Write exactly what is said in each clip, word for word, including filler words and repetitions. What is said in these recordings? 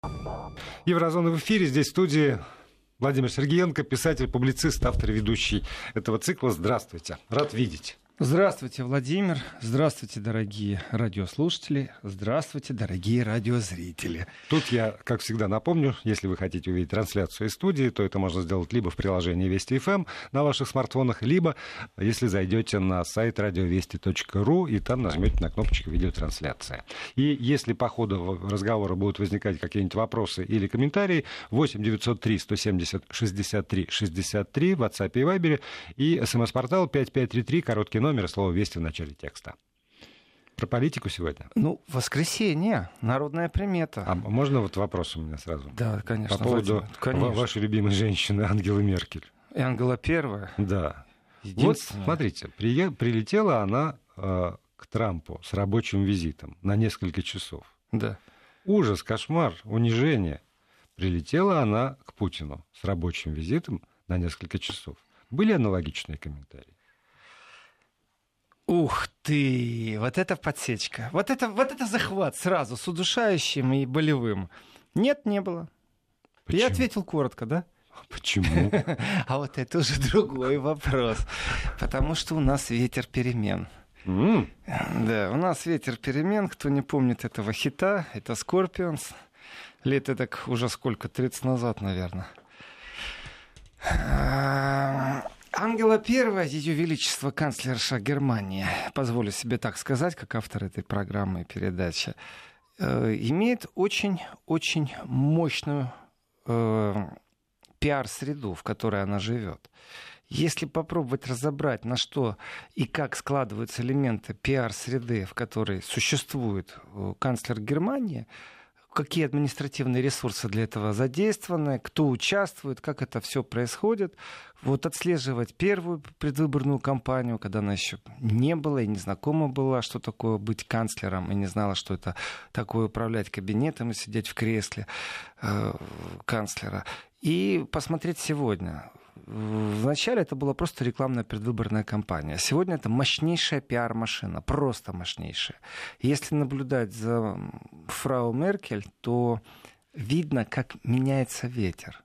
Еврозона в эфире. Здесь в студии Владимир Сергеенко, писатель, публицист, автор и ведущий этого цикла. Здравствуйте. Рад видеть. Здравствуйте, Владимир. Здравствуйте, дорогие радиослушатели. Здравствуйте, дорогие радиозрители. Тут я, как всегда, напомню, если вы хотите увидеть трансляцию из студии, то это можно сделать либо в приложении Вести эф эм на ваших смартфонах, либо если зайдете на сайт радиовести точка ру и там нажмете на кнопочку «Видеотрансляция». И если по ходу разговора будут возникать какие-нибудь вопросы или комментарии, восемь девятьсот три сто семьдесят шестьдесят три шестьдесят три в WhatsApp и Viber и смс-портал пять пять три три, короткий номер. Номер, слово «Вести» в начале текста. Про политику сегодня. Ну, воскресенье, народная примета. А можно вот вопрос у меня сразу? Да, конечно. По поводу конечно. вашей любимой женщины Ангелы Меркель. И Ангела Первая. Да. Вот, смотрите, при... прилетела она э, к Трампу с рабочим визитом на несколько часов. Да. Ужас, кошмар, унижение. Прилетела она к Путину с рабочим визитом на несколько часов. Были аналогичные комментарии? Ух ты, вот это подсечка. Вот это, вот это захват сразу, с удушающим и болевым. Нет, не было. Почему? Я ответил коротко, да? Почему? А вот это уже другой вопрос. Потому что у нас ветер перемен. Mm. Да, у нас ветер перемен. Кто не помнит этого хита, это Scorpions. Лет это уже сколько? тридцать назад, наверное. Ангела Первая, Ее Величество канцлерша Германии, позволю себе так сказать, как автор этой программы и передачи, э, имеет очень-очень мощную э, пиар-среду, в которой она живет. Если попробовать разобрать, на что и как складываются элементы пиар-среды, в которой существует канцлер Германии, какие административные ресурсы для этого задействованы, кто участвует, как это все происходит. Вот отслеживать первую предвыборную кампанию, когда она еще не была и не знакома была, что такое быть канцлером, и не знала, что это такое управлять кабинетом и сидеть в кресле э, канцлера. И посмотреть сегодня. Вначале это была просто рекламная предвыборная кампания. Сегодня это мощнейшая пиар-машина, просто мощнейшая. Если наблюдать за фрау Меркель, то видно, как меняется ветер.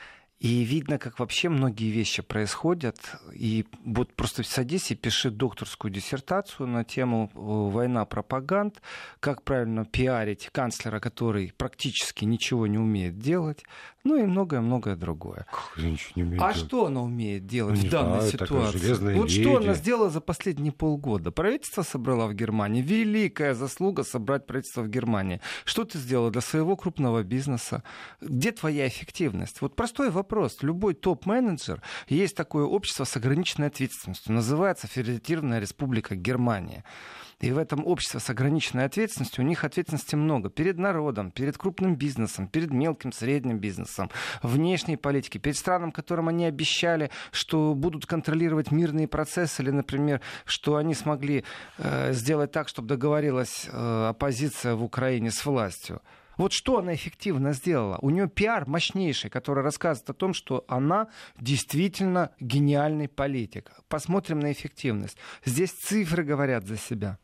И видно, как вообще многие вещи происходят. И вот просто садись и пиши докторскую диссертацию на тему «Война пропаганд», как правильно пиарить канцлера, который практически ничего не умеет делать, ну и многое-многое другое. Как я ничего не умею а делать? Что она умеет делать ну, в данной знаю, ситуации? Вот леди. Что она сделала за последние полгода? Правительство собрала в Германии. Великая заслуга собрать правительство в Германии. Что ты сделала для своего крупного бизнеса? Где твоя эффективность? Вот простой вопрос. Любой топ-менеджер, есть такое общество с ограниченной ответственностью, называется Федеративная Республика Германия. И в этом обществе с ограниченной ответственностью у них ответственности много. Перед народом, перед крупным бизнесом, перед мелким, средним бизнесом, внешней политикой, перед странам, которым они обещали, что будут контролировать мирные процессы, или, например, что они смогли э, сделать так, чтобы договорилась э, оппозиция в Украине с властью. Вот что она эффективно сделала? У нее пиар мощнейший, который рассказывает о том, что она действительно гениальный политик. Посмотрим на эффективность. Здесь цифры говорят за себя.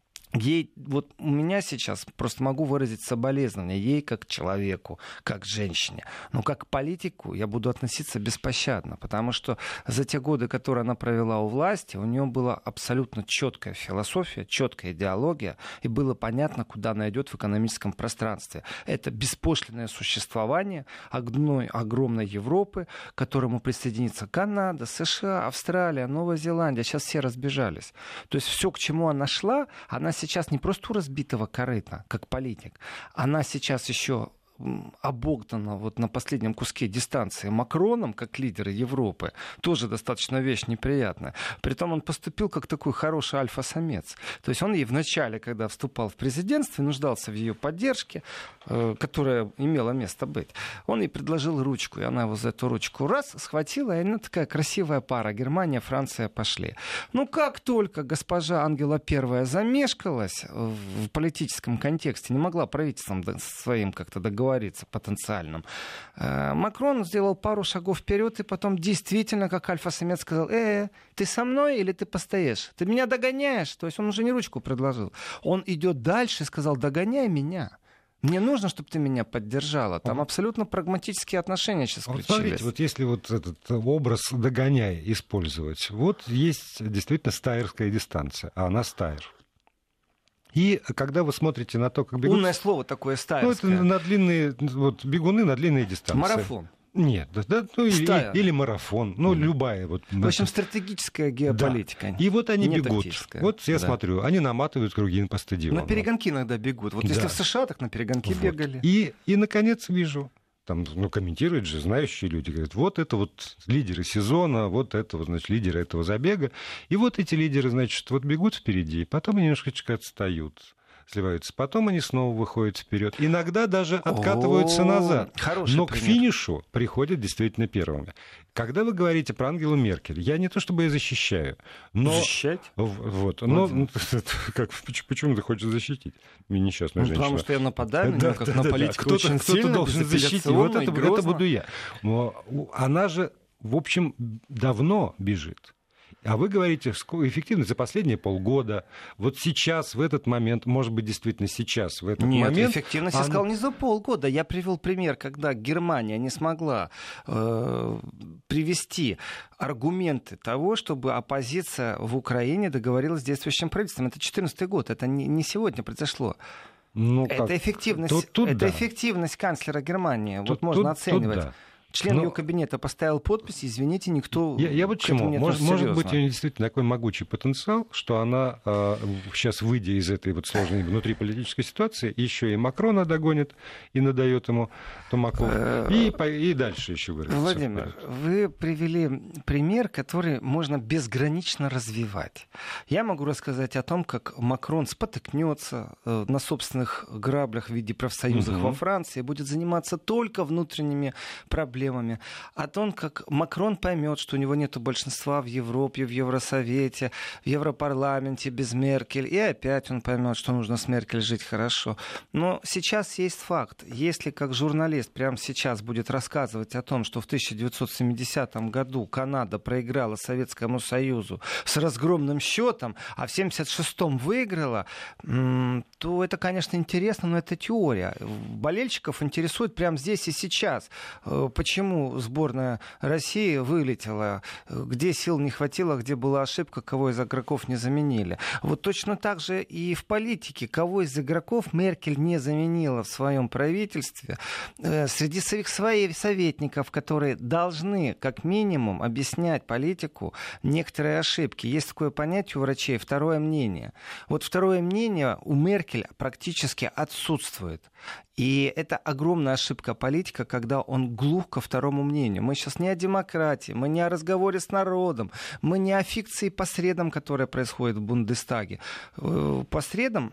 Ей, вот у меня сейчас, просто могу выразить соболезнования, ей как человеку, как женщине. Но как политику я буду относиться беспощадно, потому что за те годы, которые она провела у власти, у нее была абсолютно четкая философия, четкая идеология, и было понятно, куда она идет в экономическом пространстве. Это беспошлинное существование одной огромной Европы, к которому присоединится Канада, США, Австралия, Новая Зеландия. Сейчас все разбежались. То есть все, к чему она шла, она сейчас сейчас не просто у разбитого корыта, как политик, она сейчас еще обогнана вот на последнем куске дистанции Макроном, как лидера Европы, тоже достаточно вещь неприятная. Притом он поступил как такой хороший альфа-самец. То есть он ей вначале, когда вступал в президентство, нуждался в ее поддержке, э, которая имела место быть. Он ей предложил ручку, и она его за эту ручку раз схватила, и она такая красивая пара. Германия, Франция пошли. Ну, как только госпожа Ангела Первая замешкалась в политическом контексте, не могла правительством своим как-то договориться потенциальным, Макрон сделал пару шагов вперед, и потом действительно, как альфа-самец, сказал: э, ты со мной или ты постоишь? Ты меня догоняешь? То есть он уже не ручку предложил. Он идет дальше и сказал: догоняй меня. Мне нужно, чтобы ты меня поддержала. Там абсолютно прагматические отношения сейчас вот включились. Смотрите, вот если вот этот образ «догоняй» использовать, вот есть действительно стайерская дистанция, а она стайер. И когда вы смотрите на то, как бегут... Умное слово такое стайерское. Ну, это на длинные, вот, бегуны на длинные дистанции. Марафон. Нет, да, ну, или, или марафон, ну, mm. любая. Вот, в общем, стратегическая геополитика. Да. И вот они не бегут. Тактическая. Вот я да. смотрю, они наматывают круги по стадиону. На перегонки иногда бегут. Вот да. если в США, так на перегонки вот. бегали. И, и, наконец, вижу, там, ну, комментируют же знающие люди, говорят, вот это вот лидеры сезона, вот это вот, значит, лидеры этого забега. И вот эти лидеры, значит, вот бегут впереди, потом они немножечко отстают. Сливаются. Потом они снова выходят вперед. Иногда даже откатываются О, назад. Но пример. К финишу приходят действительно первыми. Когда вы говорите про Ангелу Меркель, я не то чтобы ее защищаю, но... Защищать? Вот. Но, ну, как, почему ты хочешь защитить несчастную ну, женщину? потому что я нападаю на да, нее, как да, на да, политику. Кто-то, очень кто-то сильно, должен защитить. Вот это, это буду я. Но она же, в общем, давно бежит. А вы говорите, эффективность за последние полгода. Вот сейчас, в этот момент, может быть, действительно сейчас, в этот Нет, момент... Нет, эффективность, она... я сказал, не за полгода. Я привел пример, когда Германия не смогла э, привести аргументы того, чтобы оппозиция в Украине договорилась с действующим правительством. Это четырнадцатый год, это не, не сегодня произошло. Ну, это эффективность, тут, тут это да. эффективность канцлера Германии. Тут, вот можно тут, оценивать. Тут да. Член Но... ее кабинета поставил подпись, извините, никто... Я, я вот чему? Может, может быть, у нее действительно такой могучий потенциал, что она э, сейчас, выйдя из этой вот сложной внутриполитической ситуации, еще и Макрона догонит и надает ему тумаков, и, и дальше еще вырастет. Владимир, вы привели пример, который можно безгранично развивать. Я могу рассказать о том, как Макрон спотыкнется э, на собственных граблях в виде профсоюзов угу. во Франции, будет заниматься только внутренними проблемами. О том, как Макрон поймет, что у него нет большинства в Европе, в Евросовете, в Европарламенте без Меркель, и опять он поймет, что нужно с Меркель жить хорошо. Но сейчас есть факт. Если как журналист прямо сейчас будет рассказывать о том, что в тысяча девятьсот семидесятом году Канада проиграла Советскому Союзу с разгромным счетом, а в семьдесят шестом выиграла, то это, конечно, интересно, но это теория. Болельщиков интересует прямо здесь и сейчас. Почему Почему сборная России вылетела? Где сил не хватило, где была ошибка, кого из игроков не заменили? Вот точно так же и в политике. Кого из игроков Меркель не заменила в своем правительстве? Среди своих своих советников, которые должны, как минимум, объяснять политику некоторые ошибки. Есть такое понятие у врачей — второе мнение. Вот второе мнение у Меркель практически отсутствует. И это огромная ошибка политика, когда он глух ко второму мнению. Мы сейчас не о демократии, мы не о разговоре с народом, мы не о фикции по средам, которая происходит в Бундестаге. По средам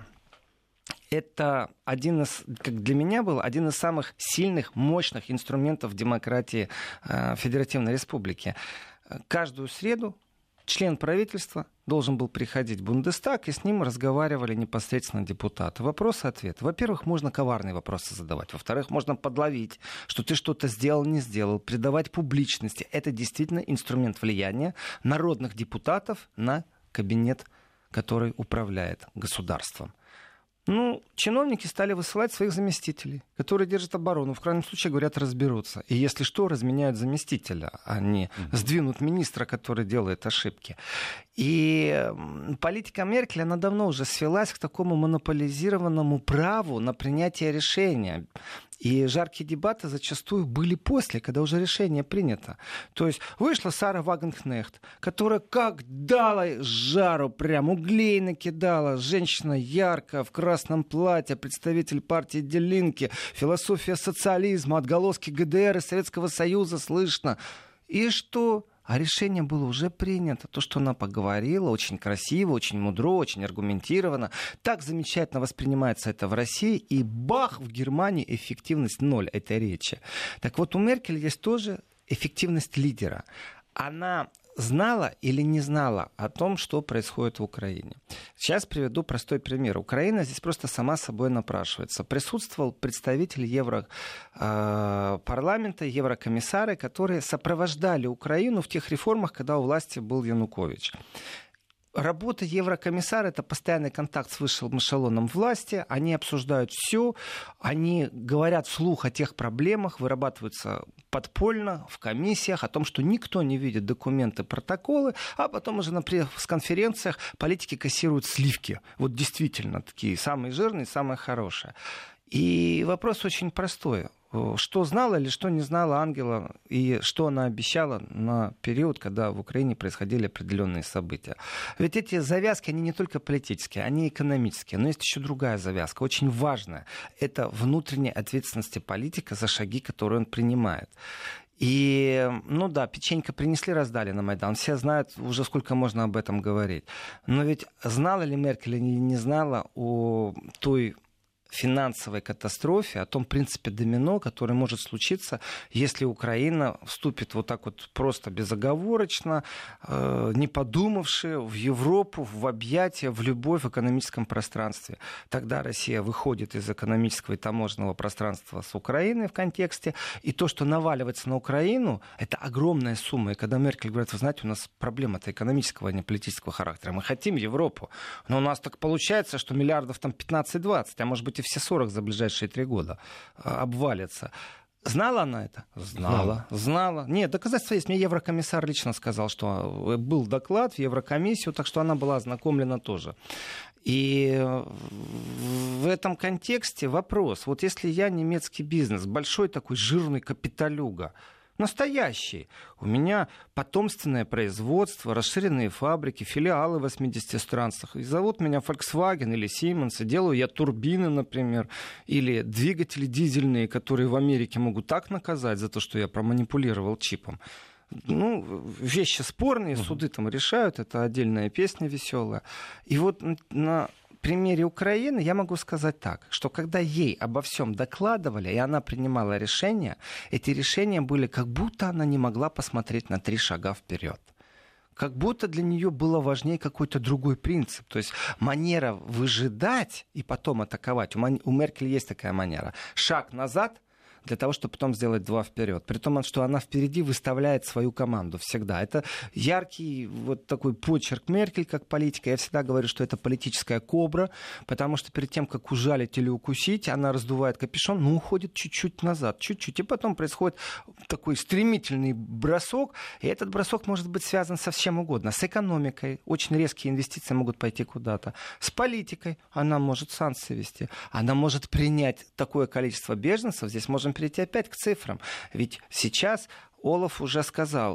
это один из, как для меня был, один из самых сильных, мощных инструментов демократии э, Федеративной Республики. Каждую среду член правительства должен был приходить в Бундестаг, и с ним разговаривали непосредственно депутаты. Вопрос-ответ. Во-первых, можно коварные вопросы задавать. Во-вторых, можно подловить, что ты что-то сделал, не сделал, придавать публичности. Это действительно инструмент влияния народных депутатов на кабинет, который управляет государством. Ну, чиновники стали высылать своих заместителей, которые держат оборону. В крайнем случае, говорят, разберутся. И если что, разменяют заместителя, а не сдвинут министра, который делает ошибки. И политика Меркель, она давно уже свелась к такому монополизированному праву на принятие решения. И жаркие дебаты зачастую были после, когда уже решение принято. То есть вышла Сара Вагенкнехт, которая как дала жару, прям углей накидала. Женщина яркая, в красном платье, представитель партии Die Linke, философия социализма, отголоски ГДР и Советского Союза слышно. И что? А решение было уже принято. То, что она поговорила, очень красиво, очень мудро, очень аргументированно. Так замечательно воспринимается это в России. И бах, в Германии эффективность ноль этой речи. Так вот, у Меркель есть тоже эффективность лидера. Она знала или не знала о том, что происходит в Украине. Сейчас приведу простой пример. Украина здесь просто сама собой напрашивается. Присутствовал представитель Европарламента, еврокомиссары, которые сопровождали Украину в тех реформах, когда у власти был Янукович. Работа еврокомиссара — это постоянный контакт с высшим эшелоном власти. Они обсуждают все, они говорят вслух о тех проблемах, вырабатываются подпольно в комиссиях о том, что никто не видит документы, протоколы, а потом уже на пресс-конференциях политики кассируют сливки. Вот действительно такие самые жирные, самые хорошие. И вопрос очень простой. Что знала или что не знала Ангела, и что она обещала на период, когда в Украине происходили определенные события. Ведь эти завязки, они не только политические, они экономические. Но есть еще другая завязка, очень важная. Это внутренняя ответственность политика за шаги, которые он принимает. И, ну да, печенька принесли, раздали на Майдан. Все знают, уже сколько можно об этом говорить. Но ведь знала ли Меркель или не знала о той финансовой катастрофе, о том принципе домино, который может случиться, если Украина вступит вот так вот просто безоговорочно, э, не подумавши, в Европу, в объятия, в любовь в экономическом пространстве. Тогда Россия выходит из экономического и таможенного пространства с Украиной в контексте, и то, что наваливается на Украину, это огромная сумма. И когда Меркель говорит, вы знаете, у нас проблема-то экономического, а не политического характера. Мы хотим Европу, но у нас так получается, что миллиардов там пятнадцать-двадцать, а может быть и все сорок за ближайшие три года обвалятся. Знала она это? Знала. Знала. Нет, доказательства есть. Мне еврокомиссар лично сказал, что был доклад в Еврокомиссию, так что она была ознакомлена тоже. И в этом контексте вопрос. Вот если я немецкий бизнес, большой такой жирный капиталюга, настоящий. У меня потомственное производство, расширенные фабрики, филиалы в восьмидесяти странах. И зовут меня Volkswagen или Siemens. И делаю я турбины, например, или двигатели дизельные, которые в Америке могут так наказать за то, что я проманипулировал чипом. Ну, вещи спорные, суды там решают, это отдельная песня веселая. И вот на примере Украины я могу сказать так, что когда ей обо всем докладывали, и она принимала решения, эти решения были как будто она не могла посмотреть на три шага вперед. Как будто для нее было важнее какой-то другой принцип. То есть манера выжидать и потом атаковать. У, Ман... у Меркель есть такая манера. Шаг назад для того, чтобы потом сделать два вперед. При том, что она впереди выставляет свою команду всегда. Это яркий вот такой почерк Меркель как политика. Я всегда говорю, что это политическая кобра, потому что перед тем, как ужалить или укусить, она раздувает капюшон, но уходит чуть-чуть назад, чуть-чуть. И потом происходит такой стремительный бросок. И этот бросок может быть связан со чем угодно. С экономикой. Очень резкие инвестиции могут пойти куда-то. С политикой. Она может санкции вести. Она может принять такое количество беженцев. Здесь можем перейти опять к цифрам. Ведь сейчас Олаф уже сказал,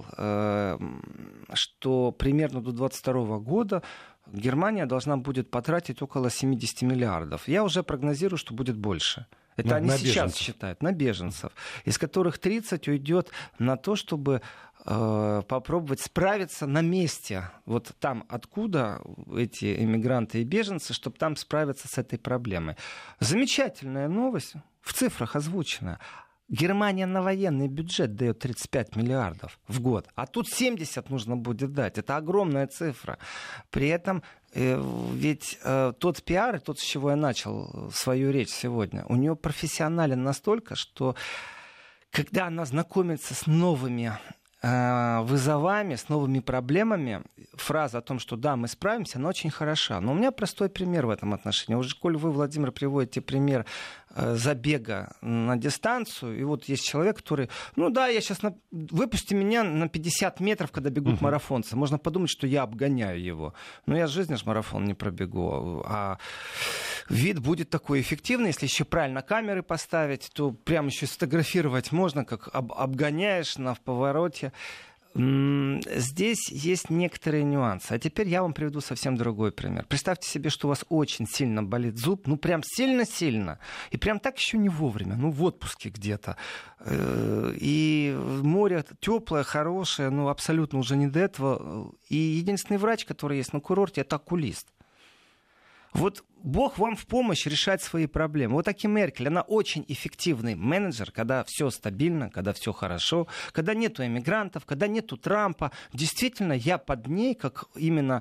что примерно до двадцать второго года Германия должна будет потратить около семьдесят миллиардов. Я уже прогнозирую, что будет больше. Это на, они на сейчас беженцев. Считают, на беженцев, из которых тридцать уйдет на то, чтобы э, попробовать справиться на месте, вот там, откуда эти эмигранты и беженцы, чтобы там справиться с этой проблемой. Замечательная новость, в цифрах озвучена. Германия на военный бюджет дает тридцать пять миллиардов в год, а тут семьдесят нужно будет дать. Это огромная цифра. При этом э, ведь э, тот пиар, тот, с чего я начал свою речь сегодня, у нее профессионален настолько, что когда она знакомится с новыми э, вызовами, с новыми проблемами, фраза о том, что да, мы справимся, она очень хороша. Но у меня простой пример в этом отношении. Уже, коль вы, Владимир, приводите пример забега на дистанцию, и вот есть человек, который, ну да, я сейчас, на... выпусти меня на пятьдесят метров, когда бегут uh-huh. марафонцы. Можно подумать, что я обгоняю его. Но я в жизни ж марафон не пробегу. А вид будет такой эффективный, если еще правильно камеры поставить, то прям еще сфотографировать можно, как об... обгоняешь на в повороте. Здесь есть некоторые нюансы. А теперь я вам приведу совсем другой пример. Представьте себе, что у вас очень сильно болит зуб, ну прям сильно-сильно, и прям так еще не вовремя, ну в отпуске где-то. И море теплое, хорошее, ну абсолютно уже не до этого. И единственный врач, который есть на курорте, это окулист. Вот Бог вам в помощь решать свои проблемы. Вот так и Меркель, она очень эффективный менеджер, когда все стабильно, когда все хорошо, когда нету эмигрантов, когда нету Трампа. Действительно, я под ней, как именно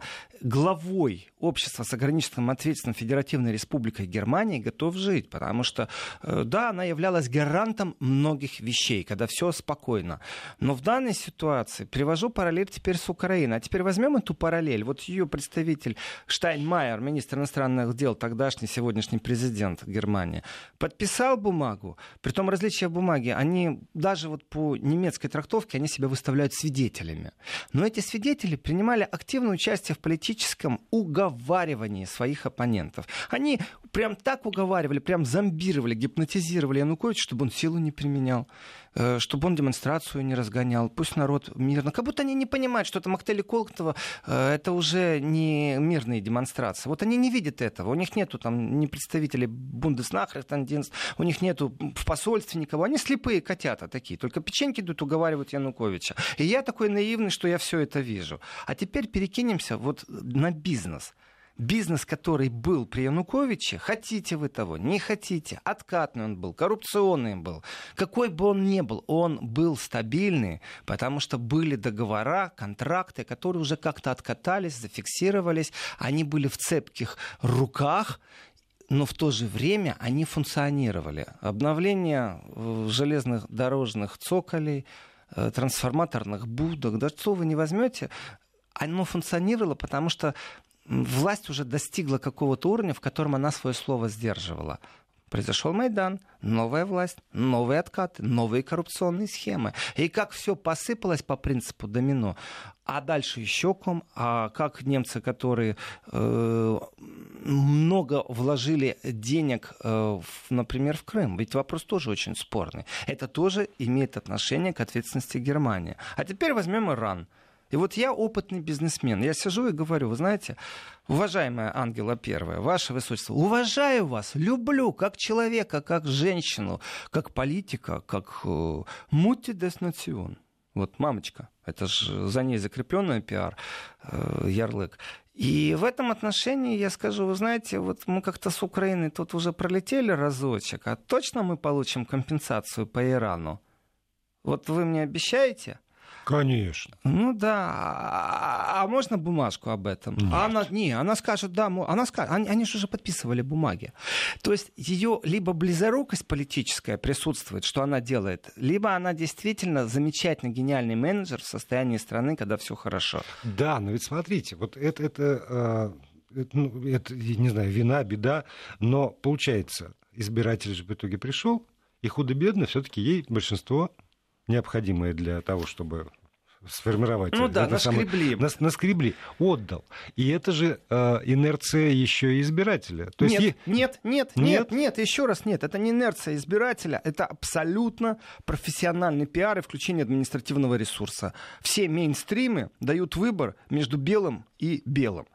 главой общества с ограниченным ответственным Федеративной Республикой Германии, готов жить, потому что, да, она являлась гарантом многих вещей, когда все спокойно. Но в данной ситуации привожу параллель теперь с Украиной. А теперь возьмем эту параллель. Вот ее представитель Штайнмайер, министр иностранных дел, тогдашний, сегодняшний президент Германии, подписал бумагу. Притом различия в бумаге, они даже вот по немецкой трактовке, они себя выставляют свидетелями. Но эти свидетели принимали активное участие в политическом уговаривании своих оппонентов. Они прям так уговаривали, прям зомбировали, гипнотизировали Януковича, чтобы он силу не применял, чтобы он демонстрацию не разгонял, пусть народ мирно. Как будто они не понимают, что это Махтали Колокотова, это уже не мирные демонстрации. Вот они не видят этого. У них нету там ни представителей Бундеснахрихтандинст, у них нету в посольстве никого. Они слепые котята такие. Только печеньки идут, уговаривают Януковича. И я такой наивный, что я все это вижу. А теперь перекинемся вот на бизнес. Бизнес, который был при Януковиче, хотите вы того, не хотите, откатный он был, коррупционный был, какой бы он ни был, он был стабильный, потому что были договора, контракты, которые уже как-то откатались, зафиксировались, они были в цепких руках, но в то же время они функционировали. Обновление железных дорожных цоколей, трансформаторных будок, да что вы не возьмете, оно функционировало, потому что власть уже достигла какого-то уровня, в котором она свое слово сдерживала. Произошел Майдан, новая власть, новые откаты, новые коррупционные схемы. И как все посыпалось по принципу домино. А дальше еще ком, а как немцы, которые э, много вложили денег, э, в, например, в Крым. Ведь вопрос тоже очень спорный. Это тоже имеет отношение к ответственности Германии. А теперь возьмем Иран. И вот я опытный бизнесмен. Я сижу и говорю, вы знаете, уважаемая Ангела Первая, ваше высочество, уважаю вас, люблю как человека, как женщину, как политика, как мути дес национ. Вот мамочка, это же за ней закрепленный пиар, э, ярлык. И в этом отношении я скажу, вы знаете, вот мы как-то с Украиной тут уже пролетели разочек, а точно мы получим компенсацию по Ирану? Вот вы мне обещаете? Конечно. Ну да, а, а можно бумажку об этом? А она, не, она скажет, да, она скажет, они, они же уже подписывали бумаги. То есть ее либо близорукость политическая присутствует, что она делает, либо она действительно замечательный, гениальный менеджер в состоянии страны, когда все хорошо. Да, но ведь смотрите, вот это, это, это, ну, это, не знаю, вина, беда, но получается, избиратель же в итоге пришел, и худо-бедно все-таки ей большинство необходимое для того, чтобы сформировать. Ну да, это наскребли. Самое, нас, наскребли, отдал. И это же э, инерция еще и избирателя. То нет, есть... нет, нет, нет, нет, нет, еще раз нет. Это не инерция избирателя, это абсолютно профессиональный пиар и включение административного ресурса. Все мейнстримы дают выбор между белым и белым.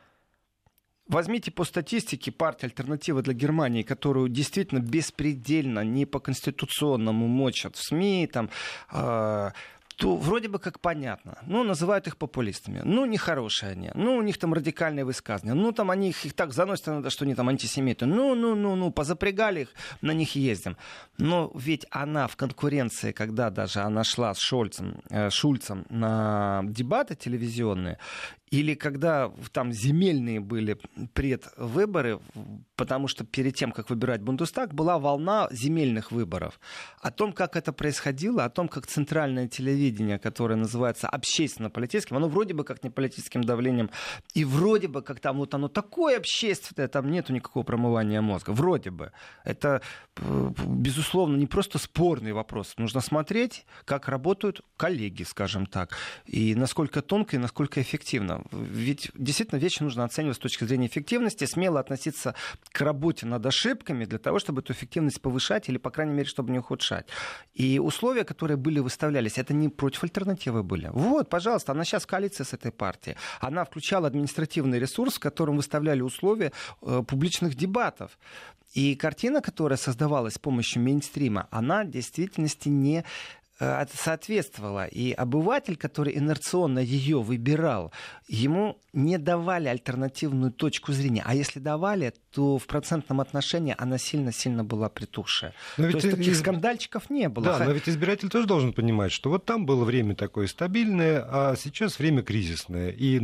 Возьмите по статистике партию «Альтернатива для Германии», которую действительно беспредельно, не по конституционному мочат в СМИ, там, э, то вроде бы как понятно. Ну, называют их популистами. Ну, нехорошие они. Ну, у них там радикальные высказывания. Ну, там они их, их так заносят иногда, что они там антисемиты. Ну, ну, ну, ну, позапрягали их, на них ездим. Но ведь она в конкуренции, когда даже она шла с Шольцем, э, Шульцем на дебаты телевизионные, или когда там земельные были предвыборы, потому что перед тем, как выбирать Бундестаг, была волна земельных выборов. О том, как это происходило, о том, как центральное телевидение, которое называется общественно-политическим, оно вроде бы как не политическим давлением, и вроде бы как там вот оно такое общественное, там нету никакого промывания мозга. Вроде бы. Это, безусловно, не просто спорный вопрос. Нужно смотреть, как работают коллеги, скажем так, и насколько тонко и насколько эффективно. Ведь действительно вещи нужно оценивать с точки зрения эффективности, смело относиться к работе над ошибками для того, чтобы эту эффективность повышать или, по крайней мере, чтобы не ухудшать. И условия, которые были выставлялись, это не против альтернативы были. Вот, пожалуйста, она сейчас в коалиции с этой партией. Она включала административный ресурс, в котором выставляли условия э, публичных дебатов. И картина, которая создавалась с помощью мейнстрима, она в действительности не соответствовала. И обыватель, который инерционно ее выбирал, ему не давали альтернативную точку зрения. А если давали, то в процентном отношении она сильно-сильно была притухшая. Но то есть таких из... скандальчиков не было. Да, но ведь избиратель тоже должен понимать, что вот там было время такое стабильное, а сейчас время кризисное. И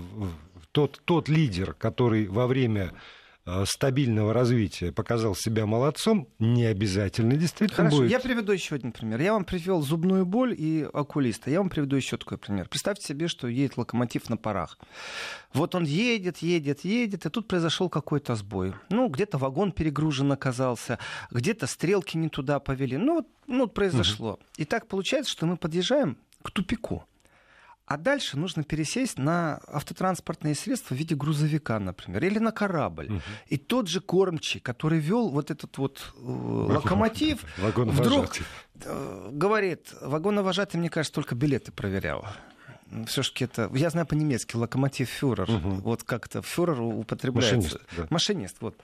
тот, тот лидер, который во время стабильного развития показал себя молодцом, не обязательно действительно Хорошо, будет. Я приведу еще один пример. Я вам привел зубную боль и окулиста. Я вам приведу еще такой пример. Представьте себе, что едет локомотив на парах. Вот он едет, едет, едет, и тут произошел какой-то сбой. Ну, где-то вагон перегружен оказался, где-то стрелки не туда повели. Ну, вот, ну, вот произошло. Угу. И так получается, что мы подъезжаем к тупику. А дальше нужно пересесть на автотранспортные средства в виде грузовика, например, или на корабль. Угу. И тот же кормчий, который вел вот этот вот э, локомотив, вдруг э, говорит, вагоновожатый, мне кажется, только билеты проверял. Все-таки это, я знаю по-немецки, локомотив-фюрер. Угу. Вот как-то фюрер употребляется. Машинист, да. Машинист, вот.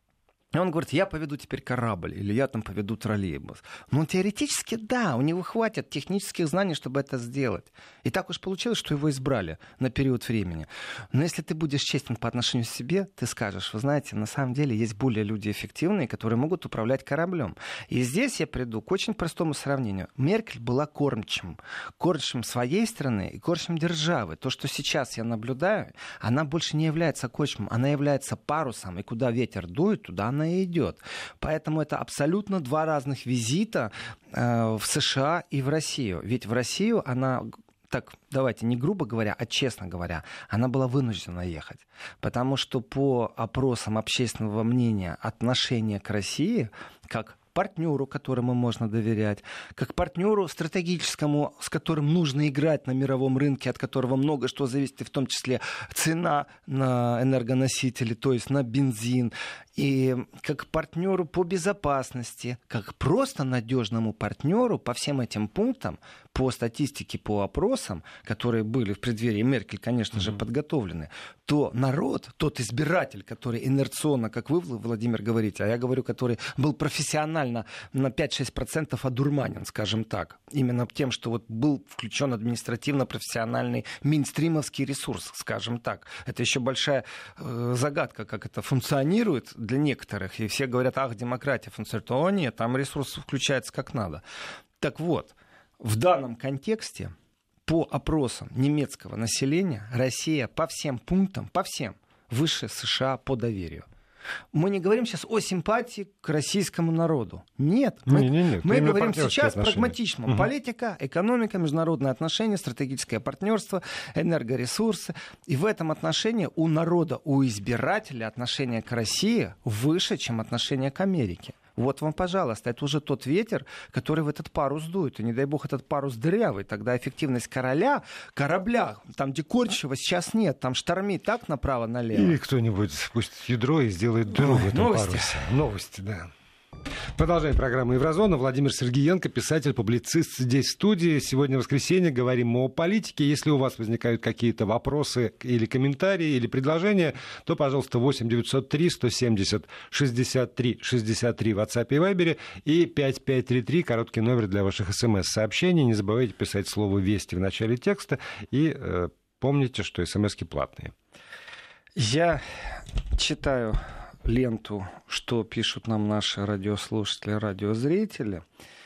И он говорит, я поведу теперь корабль, или я там поведу троллейбус. Ну, теоретически, да, у него хватит технических знаний, чтобы это сделать. И так уж получилось, что его избрали на период времени. Но если ты будешь честен по отношению к себе, ты скажешь, вы знаете, на самом деле есть более люди эффективные, которые могут управлять кораблем. И здесь я приду к очень простому сравнению. Меркель была кормчим. Кормчим своей страны и кормчим державы. То, что сейчас я наблюдаю, она больше не является кормчим, она является парусом. И куда ветер дует, туда она и идет. Поэтому это абсолютно два разных визита э, в США и в Россию. Ведь в Россию она, так, давайте, не грубо говоря, а честно говоря, она была вынуждена ехать. Потому что по опросам общественного мнения отношение к России, как партнеру, которому можно доверять, как партнеру стратегическому, с которым нужно играть на мировом рынке, от которого много что зависит, и в том числе цена на энергоносители, то есть на бензин, и как партнеру по безопасности, как просто надежному партнеру по всем этим пунктам, по статистике, по опросам, которые были в преддверии Меркель, конечно mm-hmm. же, подготовлены, то народ, тот избиратель, который инерционно, как вы, Владимир, говорите, а я говорю, который был профессионально на пять-шесть процентов одурманен, скажем так, именно тем, что вот был включен административно-профессиональный мейнстримовский ресурс, скажем так. Это еще большая э, загадка, как это функционирует для некоторых. И все говорят, ах, демократия функционирует. О, нет, там ресурс включается как надо. Так вот, в данном контексте по опросам немецкого населения Россия по всем пунктам, по всем, выше США по доверию. Мы не говорим сейчас о симпатии к российскому народу. Нет. Мы, не, не, не. мы говорим сейчас прагматично. Угу. Политика, экономика, международные отношения, стратегическое партнерство, энергоресурсы. И в этом отношении у народа, у избирателя отношение к России выше, чем отношение к Америке. Вот вам, пожалуйста, это уже тот ветер, который в этот парус дует. И не дай бог этот парус дырявый. Тогда эффективность короля, корабля, там, где Корчева сейчас нет, там штормит так направо-налево. Или кто-нибудь спустит ядро и сделает дыру в этом новости. парусе. Новости, да. Продолжаем программу «Еврозона». Владимир Сергеенко, писатель, публицист здесь в студии. Сегодня воскресенье, говорим мы о политике. Если у вас возникают какие-то вопросы или комментарии, или предложения, то, пожалуйста, восемь девятьсот три сто семьдесят шестьдесят три шестьдесят три в WhatsApp и Viber и пять пять три три, короткий номер для ваших смс-сообщений. Не забывайте писать слово «Вести» в начале текста и э, помните, что смски платные. Я читаю ленту, что пишут нам наши радиослушатели, радиозрители.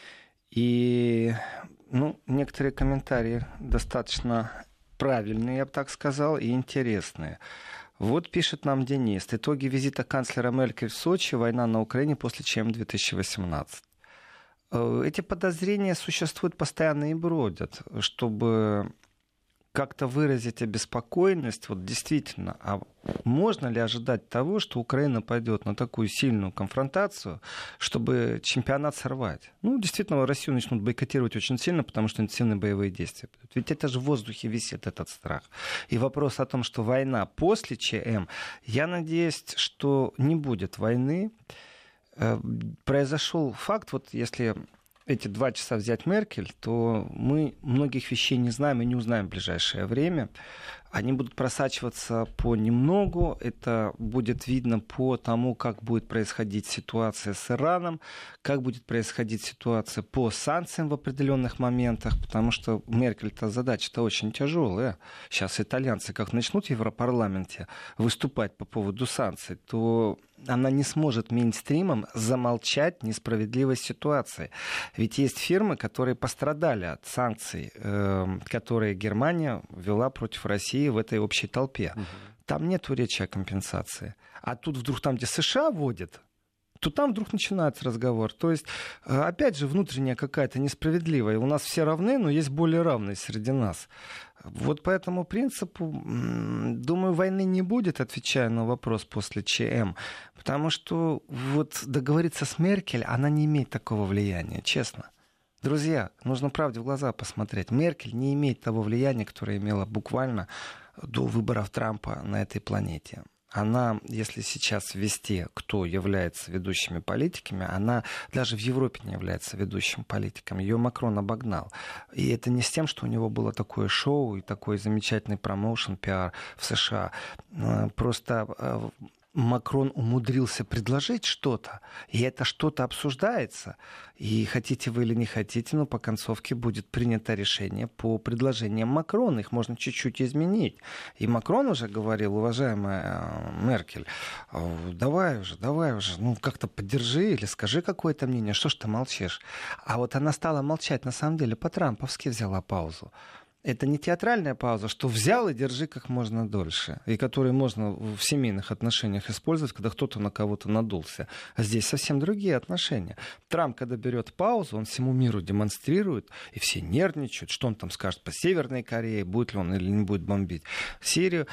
И ну, некоторые комментарии достаточно правильные, я бы так сказал, и интересные. Вот пишет нам Денис. Итоги визита канцлера Меркель в Сочи, война на Украине после ЧМ две тысячи восемнадцать. Эти подозрения существуют постоянно и бродят, чтобы как-то выразить обеспокоенность, вот действительно, а можно ли ожидать того, что Украина пойдет на такую сильную конфронтацию, чтобы чемпионат сорвать? Ну, действительно, Россию начнут бойкотировать очень сильно, потому что интенсивные боевые действия. Ведь это же в воздухе висит этот страх. И вопрос о том, что война после ЧМ, я надеюсь, что не будет войны. Произошел факт, вот если эти два часа взять Меркель, то мы многих вещей не знаем и не узнаем в ближайшее время. Они будут просачиваться понемногу. Это будет видно по тому, как будет происходить ситуация с Ираном, как будет происходить ситуация по санкциям в определенных моментах, потому что Меркель-то задача-то очень тяжелая. Сейчас итальянцы как начнут в Европарламенте выступать по поводу санкций, то она не сможет мейнстримом замолчать несправедливость ситуации. Ведь есть фирмы, которые пострадали от санкций, э, которые Германия ввела против России в этой общей толпе. Угу. Там нет речи о компенсации. А тут вдруг там, где США вводят, то там вдруг начинается разговор. То есть, опять же, внутренняя какая-то несправедливая. У нас все равны, но есть более равные среди нас. Вот по этому принципу, думаю, войны не будет, отвечая на вопрос после ЧМ. Потому что вот договориться с Меркель, она не имеет такого влияния, честно. Друзья, нужно правде в глаза посмотреть. Меркель не имеет того влияния, которое имела буквально до выборов Трампа на этой планете. Она, если сейчас ввести, кто является ведущими политиками, она даже в Европе не является ведущим политиком. Ее Макрон обогнал. И это не с тем, что у него было такое шоу и такой замечательный промоушен, пиар в США. Просто Макрон умудрился предложить что-то, и это что-то обсуждается. И хотите вы или не хотите, но по концовке будет принято решение по предложениям Макрона. Их можно чуть-чуть изменить. И Макрон уже говорил: уважаемая Меркель, давай уже, давай уже, ну как-то поддержи или скажи какое-то мнение, что ж ты молчишь. А вот она стала молчать, на самом деле, по-трамповски взяла паузу. Это не театральная пауза, что взял и держи как можно дольше, и которую можно в семейных отношениях использовать, когда кто-то на кого-то надулся. А здесь совсем другие отношения. Трамп, когда берет паузу, он всему миру демонстрирует, и все нервничают, что он там скажет по Северной Корее, будет ли он или не будет бомбить Сирию.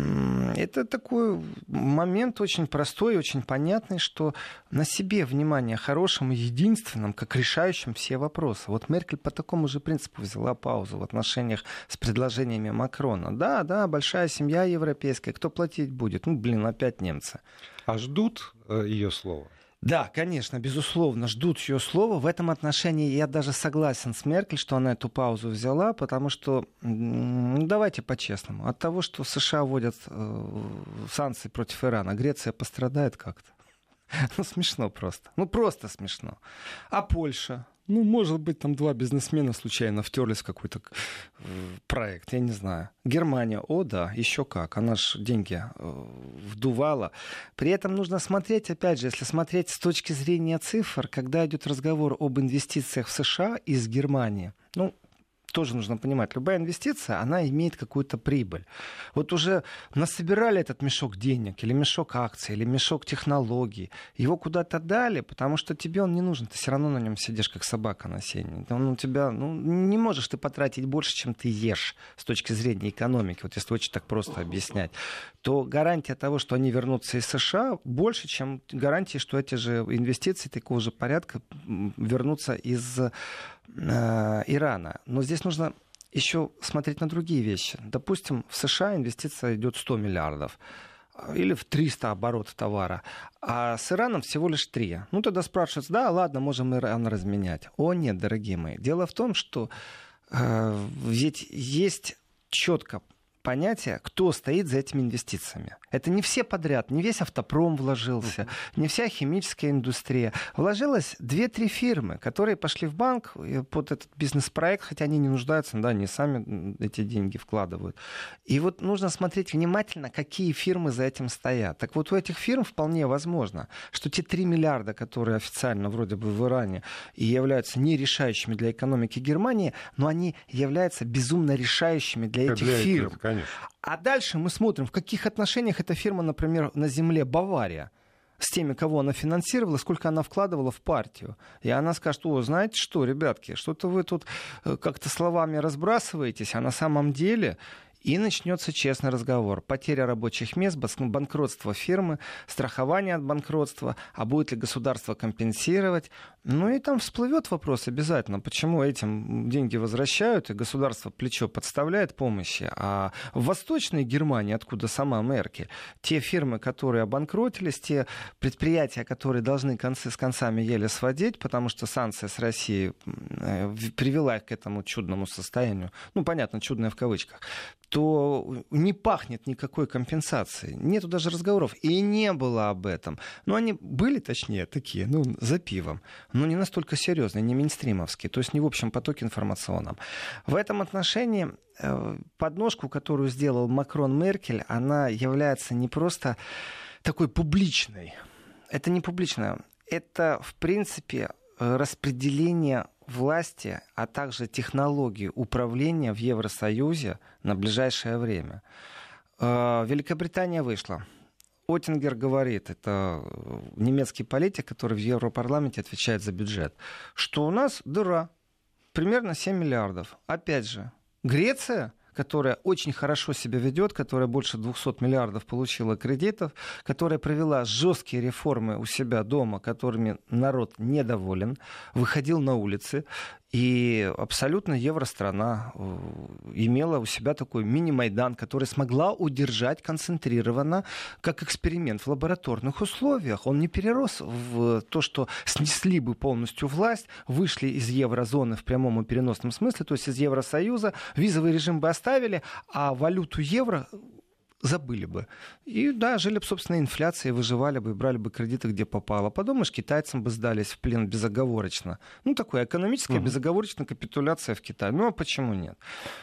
Это такой момент очень простой, очень понятный, что на себе внимание хорошим и единственным, как решающим все вопросы. Вот Меркель по такому же принципу взяла паузу в отношениях с предложениями Макрона. Да, да, большая семья европейская, кто платить будет? Ну, блин, опять немцы. А ждут э, ее слова? Да, конечно, безусловно, ждут ее слова. В этом отношении я даже согласен с Меркель, что она эту паузу взяла, потому что, ну, давайте по-честному, от того, что США вводят э, санкции против Ирана, Греция пострадает как-то. Ну, смешно просто. Ну, просто смешно. А Польша? Ну, может быть, там два бизнесмена случайно втерлись в какой-то э, проект, я не знаю. Германия, о да, еще как. Она ж деньги э, вдувала. При этом нужно смотреть, опять же, если смотреть с точки зрения цифр, когда идет разговор об инвестициях в США из Германии, ну, тоже нужно понимать, любая инвестиция, она имеет какую-то прибыль. Вот уже насобирали этот мешок денег, или мешок акций, или мешок технологий, его куда-то дали, потому что тебе он не нужен, ты все равно на нем сидишь, как собака на сене. Он у тебя, ну, не можешь ты потратить больше, чем ты ешь с точки зрения экономики, вот если очень так просто объяснять, то гарантия того, что они вернутся из США, больше, чем гарантия, что эти же инвестиции такого же порядка вернутся из Ирана. Но здесь нужно еще смотреть на другие вещи. Допустим, в США инвестиция идет сто миллиардов или в триста оборотов товара, а с Ираном всего лишь три. Ну, тогда спрашивается, да, ладно, можем Иран разменять. О, нет, дорогие мои. Дело в том, что э, ведь есть четко понятие, кто стоит за этими инвестициями. Это не все подряд, не весь автопром вложился, не вся химическая индустрия. Вложилось две-три фирмы, которые пошли в банк под этот бизнес-проект, хотя они не нуждаются, да, они сами эти деньги вкладывают. И вот нужно смотреть внимательно, какие фирмы за этим стоят. Так вот, у этих фирм вполне возможно, что те три миллиарда, которые официально вроде бы в Иране и являются нерешающими для экономики Германии, но они являются безумно решающими для этих для фирм. Этого, конечно. А дальше мы смотрим, в каких отношениях эта фирма, например, на земле Бавария, с теми, кого она финансировала, сколько она вкладывала в партию. И она скажет: о, знаете что, ребятки, что-то вы тут как-то словами разбрасываетесь, а на самом деле... И начнется честный разговор. Потеря рабочих мест, банкротство фирмы, страхование от банкротства. А будет ли государство компенсировать? Ну и там всплывет вопрос обязательно, почему этим деньги возвращают, и государство плечо подставляет помощи. А в Восточной Германии, откуда сама Меркель, те фирмы, которые обанкротились, те предприятия, которые должны концы с концами еле сводить, потому что санкция с Россией привела их к этому чудному состоянию, ну, понятно, чудное в кавычках, то не пахнет никакой компенсацией. Нету даже разговоров. И не было об этом. Но они были, точнее, такие, ну, за пивом. Но не настолько серьезные, не мейнстримовские. То есть не в общем потоке информационном. В этом отношении подножку, которую сделал Макрон Меркель, она является не просто такой публичной. Это не публичная. Это, в принципе, распределение власти, а также технологии управления в Евросоюзе на ближайшее время. Великобритания вышла. Оттингер говорит, это немецкий политик, который в Европарламенте отвечает за бюджет, что у нас дыра, примерно семь миллиардов. Опять же, Греция, которая очень хорошо себя ведет, которая больше двухсот миллиардов получила кредитов, которая провела жесткие реформы у себя дома, которыми народ недоволен, выходил на улицы, и абсолютно евространа имела у себя такой мини-Майдан, который смогла удержать концентрированно, как эксперимент в лабораторных условиях. Он не перерос в то, что снесли бы полностью власть, вышли из еврозоны в прямом и переносном смысле, то есть из Евросоюза, визовый режим бы оставили, а валюту евро забыли бы. И да, жили бы, собственно, инфляцией, выживали бы, брали бы кредиты, где попало. Подумаешь, китайцам бы сдались в плен безоговорочно. Ну, такая экономическая угу. безоговорочная капитуляция в Китае. Ну, а почему нет?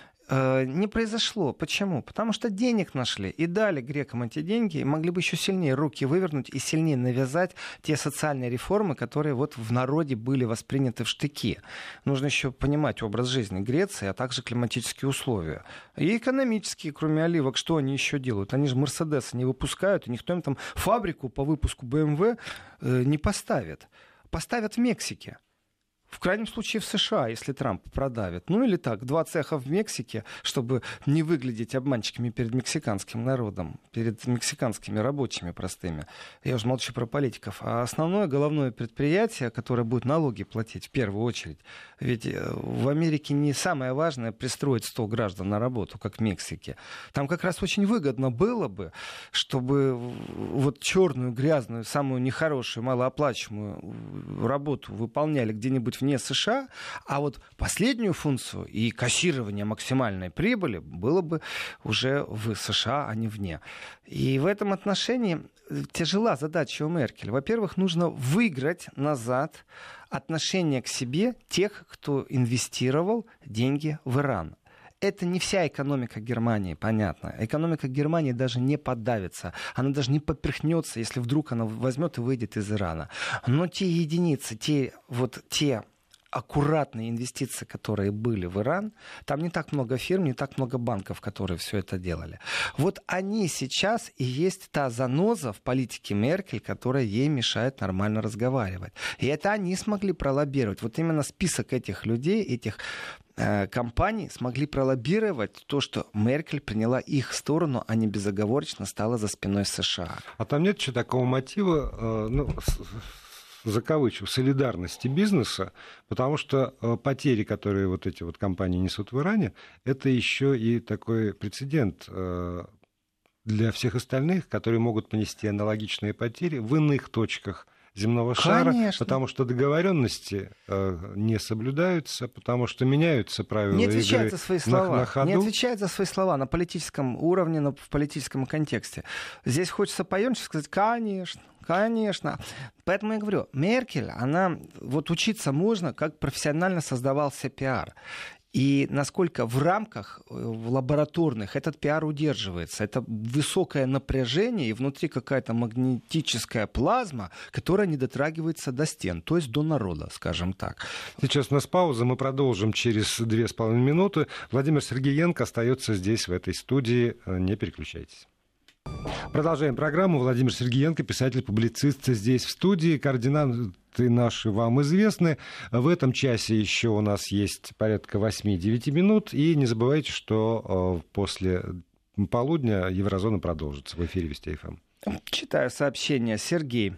Не произошло. Почему? Потому что денег нашли и дали грекам эти деньги, и могли бы еще сильнее руки вывернуть и сильнее навязать те социальные реформы, которые вот в народе были восприняты в штыки. Нужно еще понимать образ жизни Греции, а также климатические условия. И экономические, кроме оливок, что они еще делают? Они же Мерседесы не выпускают, и никто им там фабрику по выпуску бэ эм вэ не поставит. Поставят в Мексике. В крайнем случае в США, если Трамп продавит. Ну или так, два цеха в Мексике, чтобы не выглядеть обманщиками перед мексиканским народом, перед мексиканскими рабочими простыми. Я уже молчу про политиков. А основное головное предприятие, которое будет налоги платить в первую очередь. Ведь в Америке не самое важное пристроить сто граждан на работу, как в Мексике. Там как раз очень выгодно было бы, чтобы вот черную, грязную, самую нехорошую, малооплачиваемую работу выполняли где-нибудь вне США, а вот последнюю функцию и кассирование максимальной прибыли было бы уже в США, а не вне. И в этом отношении тяжела задача у Меркель. Во-первых, нужно выиграть назад отношение к себе тех, кто инвестировал деньги в Иран. Это не вся экономика Германии, понятно. Экономика Германии даже не подавится. Она даже не поперхнется, если вдруг она возьмет и выйдет из Ирана. Но те единицы, те, вот те аккуратные инвестиции, которые были в Иран, там не так много фирм, не так много банков, которые все это делали. Вот они сейчас и есть та заноза в политике Меркель, которая ей мешает нормально разговаривать. И это они смогли пролоббировать. Вот именно список этих людей, этих компаний смогли пролоббировать то, что Меркель приняла их сторону, а не безоговорочно стала за спиной США. А там нет еще такого мотива, ну, закавычу, солидарности бизнеса, потому что потери, которые вот эти вот компании несут в Иране, это еще и такой прецедент для всех остальных, которые могут понести аналогичные потери в иных точках земного шара, Конечно. Потому что договоренности э, не соблюдаются, потому что меняются правила не отвечает игры за свои слова. На, на ходу. Не отвечает за свои слова на политическом уровне, на, в политическом контексте. Здесь хочется поёмче сказать, конечно, конечно. Поэтому я говорю, Меркель, она, вот учиться можно, как профессионально создавался пиар. И насколько в рамках в лабораторных этот пиар удерживается. Это высокое напряжение и внутри какая-то магнетическая плазма, которая не дотрагивается до стен, то есть до народа, скажем так. Сейчас у нас пауза, мы продолжим через две с половиной минуты. Владимир Сергеенко остается здесь, в этой студии. Не переключайтесь. Продолжаем программу. Владимир Сергеенко, писатель-публицист, здесь в студии. Координаты наши вам известны. В этом часе еще у нас есть порядка восемь-девять минут. И не забывайте, что после полудня Еврозона продолжится в эфире Вести ФМ. Читаю сообщение. Сергей.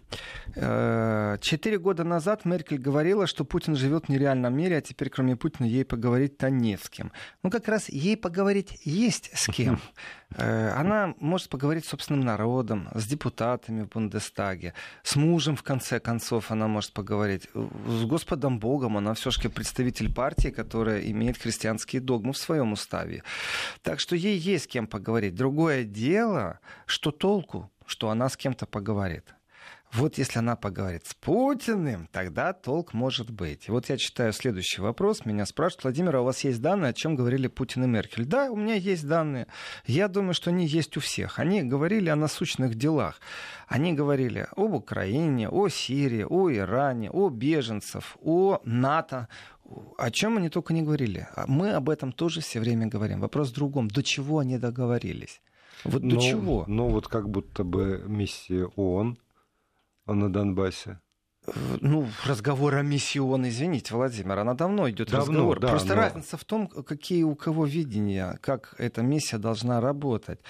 Четыре года назад Меркель говорила, что Путин живет в нереальном мире, а теперь кроме Путина ей поговорить-то не с кем. Ну, как раз ей поговорить есть с кем. Она может поговорить с собственным народом, с депутатами в Бундестаге, с мужем, в конце концов, она может поговорить. С Господом Богом она все-таки представитель партии, которая имеет христианские догмы в своем уставе. Так что ей есть с кем поговорить. Другое дело, что толку, что она с кем-то поговорит. Вот если она поговорит с Путиным, тогда толк может быть. И вот я читаю следующий вопрос. Меня спрашивают: Владимир, а у вас есть данные, о чем говорили Путин и Меркель? Да, у меня есть данные. Я думаю, что они есть у всех. Они говорили о насущных делах. Они говорили об Украине, о Сирии, о Иране, о беженцах, о НАТО. О чем они только не говорили. Мы об этом тоже все время говорим. Вопрос в другом. До чего они договорились? Вот до но, чего? Ну вот как будто бы миссия ООН на Донбассе. Ну, разговор о миссии ООН, извините, Владимир, она давно идет давно, разговор. Да, Просто но... разница в том, какие у кого видения, как эта миссия должна работать.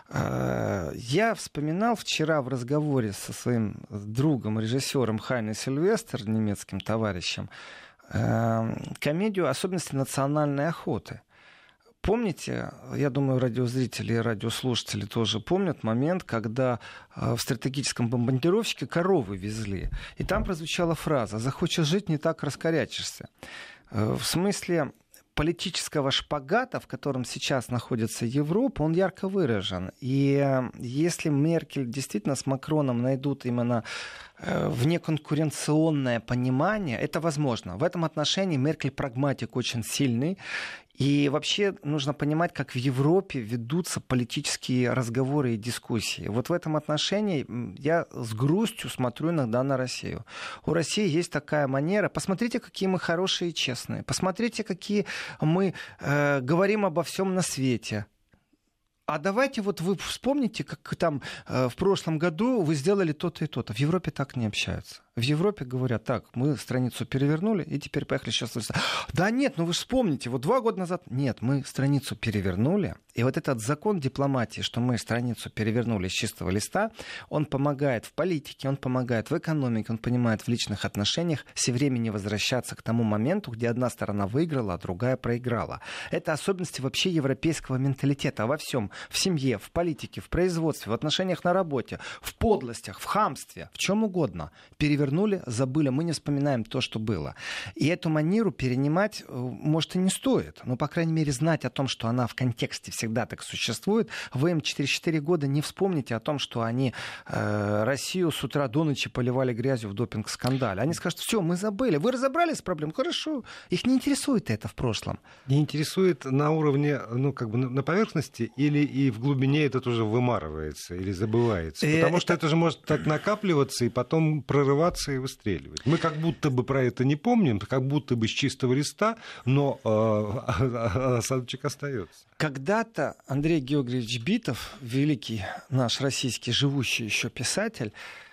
Я вспоминал вчера в разговоре со своим другом, режиссером Хайне Сильвестер, немецким товарищем, комедию «Особенности национальной охоты». Помните, я думаю, радиозрители и радиослушатели тоже помнят момент, когда в стратегическом бомбардировщике коровы везли. И там прозвучала фраза: «Захочешь жить, не так раскорячишься». В смысле политического шпагата, в котором сейчас находится Европа, он ярко выражен. И если Меркель действительно с Макроном найдут именно внеконкуренционное понимание, это возможно. В этом отношении Меркель прагматик очень сильный. И вообще нужно понимать, как в Европе ведутся политические разговоры и дискуссии. Вот в этом отношении я с грустью смотрю иногда на Россию. У России есть такая манера. Посмотрите, какие мы хорошие и честные. Посмотрите, какие мы э, говорим обо всем на свете. А давайте вот вы вспомните, как там э, в прошлом году вы сделали то-то и то-то. В Европе так не общаются. В Европе говорят: так, мы страницу перевернули, и теперь поехали сейчас. Да нет, ну вы же вспомните, вот два года назад... Нет, мы страницу перевернули, и вот этот закон дипломатии, что мы страницу перевернули с чистого листа, он помогает в политике, он помогает в экономике, он понимает в личных отношениях все времени возвращаться к тому моменту, где одна сторона выиграла, а другая проиграла. Это особенности вообще европейского менталитета во всем. В семье, в политике, в производстве, в отношениях на работе, в подлостях, в хамстве, в чем угодно. Перевернули, забыли, мы не вспоминаем то, что было. И эту манеру перенимать, может, и не стоит. Но, по крайней мере, знать о том, что она в контексте всегда так существует. Вы им через четыре года не вспомните о том, что они э, Россию с утра до ночи поливали грязью в допинг-скандале. Они скажут: все, мы забыли. Вы разобрались с проблемой? Хорошо. Их не интересует это в прошлом. Не интересует на уровне, ну, как бы на поверхности, или и в глубине это тоже вымарывается или забывается? Потому что это же может так накапливаться и потом прорываться и выстреливать. Мы как будто бы про это не помним, как будто бы с чистого листа, но э, осадочек остается. Когда-то Андрей Георгиевич Битов, великий наш российский живущий еще писатель,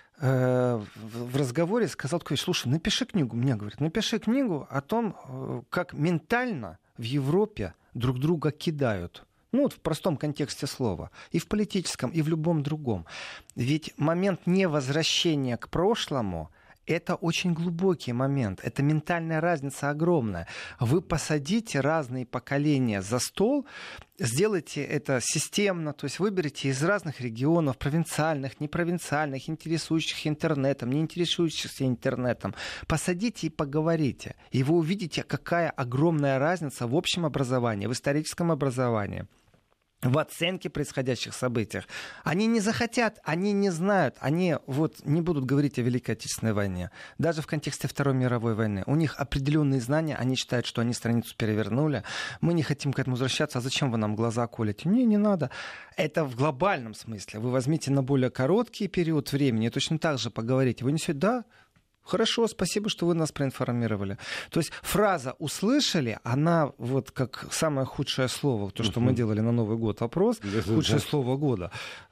э, в разговоре сказал такой: слушай, напиши книгу, мне говорит, напиши книгу о том, как ментально в Европе друг друга кидают. Ну, вот в простом контексте слова. И в политическом, и в любом другом. Ведь момент невозвращения к прошлому — это очень глубокий момент. Это ментальная разница огромная. Вы посадите разные поколения за стол, сделайте это системно, то есть выберите из разных регионов, провинциальных, непровинциальных, интересующихся интернетом, не интересующихся интернетом. Посадите и поговорите. И вы увидите, какая огромная разница в общем образовании, в историческом образовании, в оценке происходящих событиях. Они не захотят, они не знают, они вот не будут говорить о Великой Отечественной войне. Даже в контексте Второй мировой войны. У них определенные знания, они считают, что они страницу перевернули. Мы не хотим к этому возвращаться, а зачем вы нам глаза колите? Не, не надо. Это в глобальном смысле. Вы возьмите на более короткий период времени и точно так же поговорите. Вы не все, да, хорошо, спасибо, что вы нас проинформировали. То есть фраза «услышали», она вот как самое худшее слово, то, что uh-huh. мы делали на Новый год опрос, uh-huh. худшее слово года.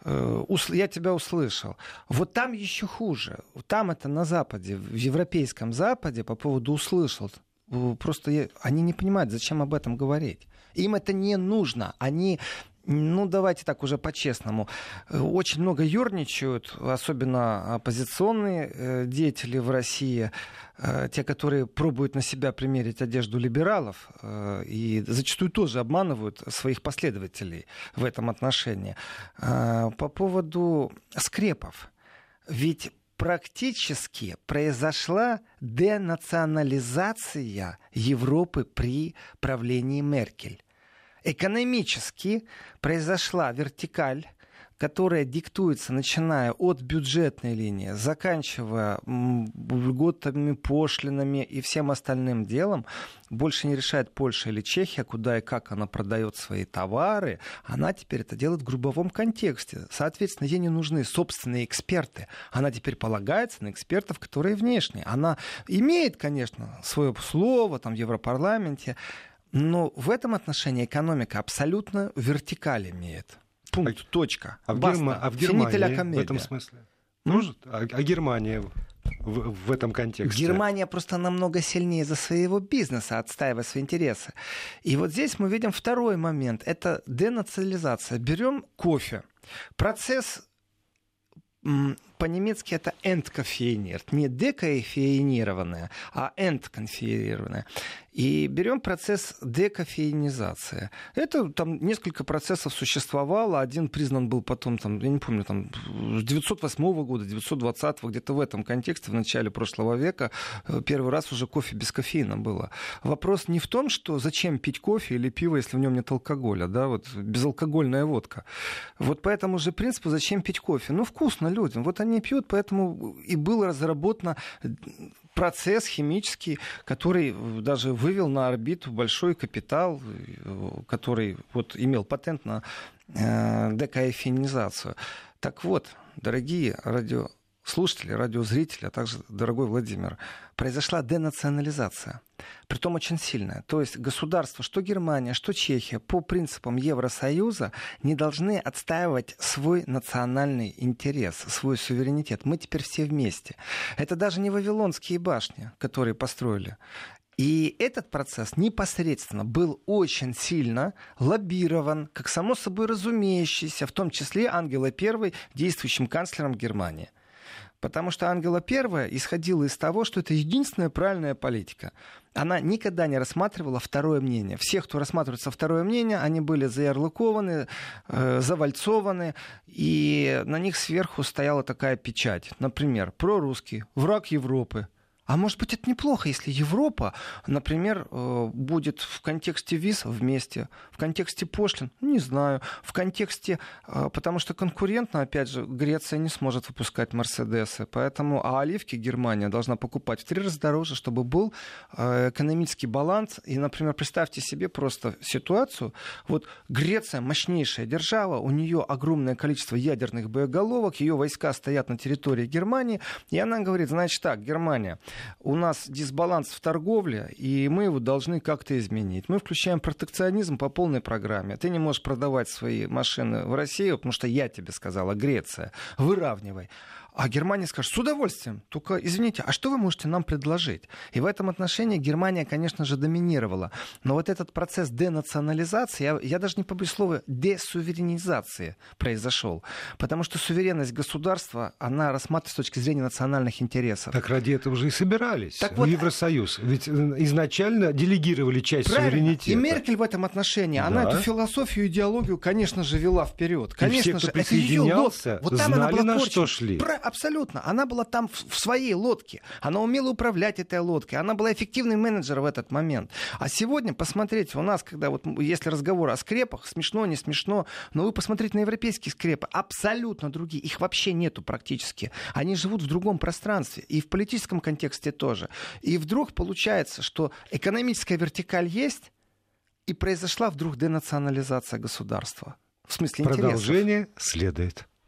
«Я тебя услышал». Вот там еще хуже. Там это на Западе, в европейском Западе по поводу «услышал». Просто они не понимают, зачем об этом говорить. Им это не нужно. Они Ну, давайте так уже по-честному. Очень много юрничают, особенно оппозиционные деятели в России, те, которые пробуют на себя примерить одежду либералов и зачастую тоже обманывают своих последователей в этом отношении. По поводу скрепов. Ведь практически произошла денационализация Европы при правлении Меркель. Экономически произошла вертикаль, которая диктуется, начиная от бюджетной линии, заканчивая льготами, пошлинами и всем остальным делом. Больше не решает Польша или Чехия, куда и как она продает свои товары. Она теперь это делает в групповом контексте. Соответственно, ей не нужны собственные эксперты. Она теперь полагается на экспертов, которые внешние. Она имеет, конечно, свое слово там, в Европарламенте, но в этом отношении экономика абсолютно вертикаль имеет. Пункт, а, точка. А в, Герма... а в Германии в этом смысле? Может? А, а Германия в, в этом контексте? Германия просто намного сильнее за своего бизнеса, отстаивая свои интересы. И вот здесь мы видим второй момент. Это денационализация. Берем кофе. Процесс... По-немецки это энткофеиниert, не декофеинированное, а энткофеинированное. И берем процесс декофеинизации. Это там несколько процессов существовало. Один признан был потом, там, я не помню, там, с девятьсот восьмого года, девятьсот двадцатого, где-то в этом контексте, в начале прошлого века, первый раз уже кофе без кофеина было. Вопрос не в том, что зачем пить кофе или пиво, если в нем нет алкоголя, да, вот безалкогольная водка. Вот по этому же принципу зачем пить кофе? Ну, вкусно людям. Вот они пьют, поэтому и был разработан процесс химический, который даже вывел на орбиту большой капитал, который вот имел патент на э, декофеинизацию. Так вот, дорогие радиослушатели, радиозрители, а также дорогой Владимир, произошла денационализация. Притом очень сильная. То есть государства, что Германия, что Чехия, по принципам Евросоюза не должны отстаивать свой национальный интерес, свой суверенитет. Мы теперь все вместе. Это даже не Вавилонские башни, которые построили. И этот процесс непосредственно был очень сильно лоббирован, как само собой разумеющийся, в том числе Ангелой Меркель, действующим канцлером Германии. Потому что Ангела Первая исходила из того, что это единственная правильная политика. Она никогда не рассматривала второе мнение. Все, кто рассматривается второе мнение, они были заярлыкованы, э, завальцованы, и на них сверху стояла такая печать. Например, прорусский, враг Европы. А может быть, это неплохо, если Европа, например, будет в контексте виз вместе, в контексте пошлин, не знаю, в контексте, потому что конкурентно, опять же, Греция не сможет выпускать Мерседесы, поэтому, а оливки Германия должна покупать в три раза дороже, чтобы был экономический баланс. И, например, представьте себе просто ситуацию, вот Греция мощнейшая держава, у нее огромное количество ядерных боеголовок, ее войска стоят на территории Германии, и она говорит, значит так, Германия, у нас дисбаланс в торговле, и мы его должны как-то изменить. Мы включаем протекционизм по полной программе. Ты не можешь продавать свои машины в Россию, потому что я тебе сказала, Греция, выравнивай. А Германия скажет, с удовольствием, только, извините, а что вы можете нам предложить? И в этом отношении Германия, конечно же, доминировала. Но вот этот процесс денационализации, я, я даже не побоюсь слова, десуверенизации произошел. Потому что суверенность государства, она рассматривается с точки зрения национальных интересов. Так ради этого же и собирались так в вот, Евросоюз. Ведь изначально делегировали часть суверенитета. И Меркель в этом отношении, да. Она эту философию, идеологию, конечно же, вела вперед. Конечно и все, же, кто присоединялся, вот там знали, она была на корчем. Что шли. Абсолютно. Она была там в, в своей лодке. Она умела управлять этой лодкой. Она была эффективный менеджер в этот момент. А сегодня, посмотрите, у нас, когда вот, если разговор о скрепах, смешно, не смешно, но вы посмотрите на европейские скрепы, абсолютно другие. Их вообще нету практически. Они живут в другом пространстве. И в политическом контексте тоже. И вдруг получается, что экономическая вертикаль есть, и произошла вдруг денационализация государства. В смысле интересов. Продолжение следует.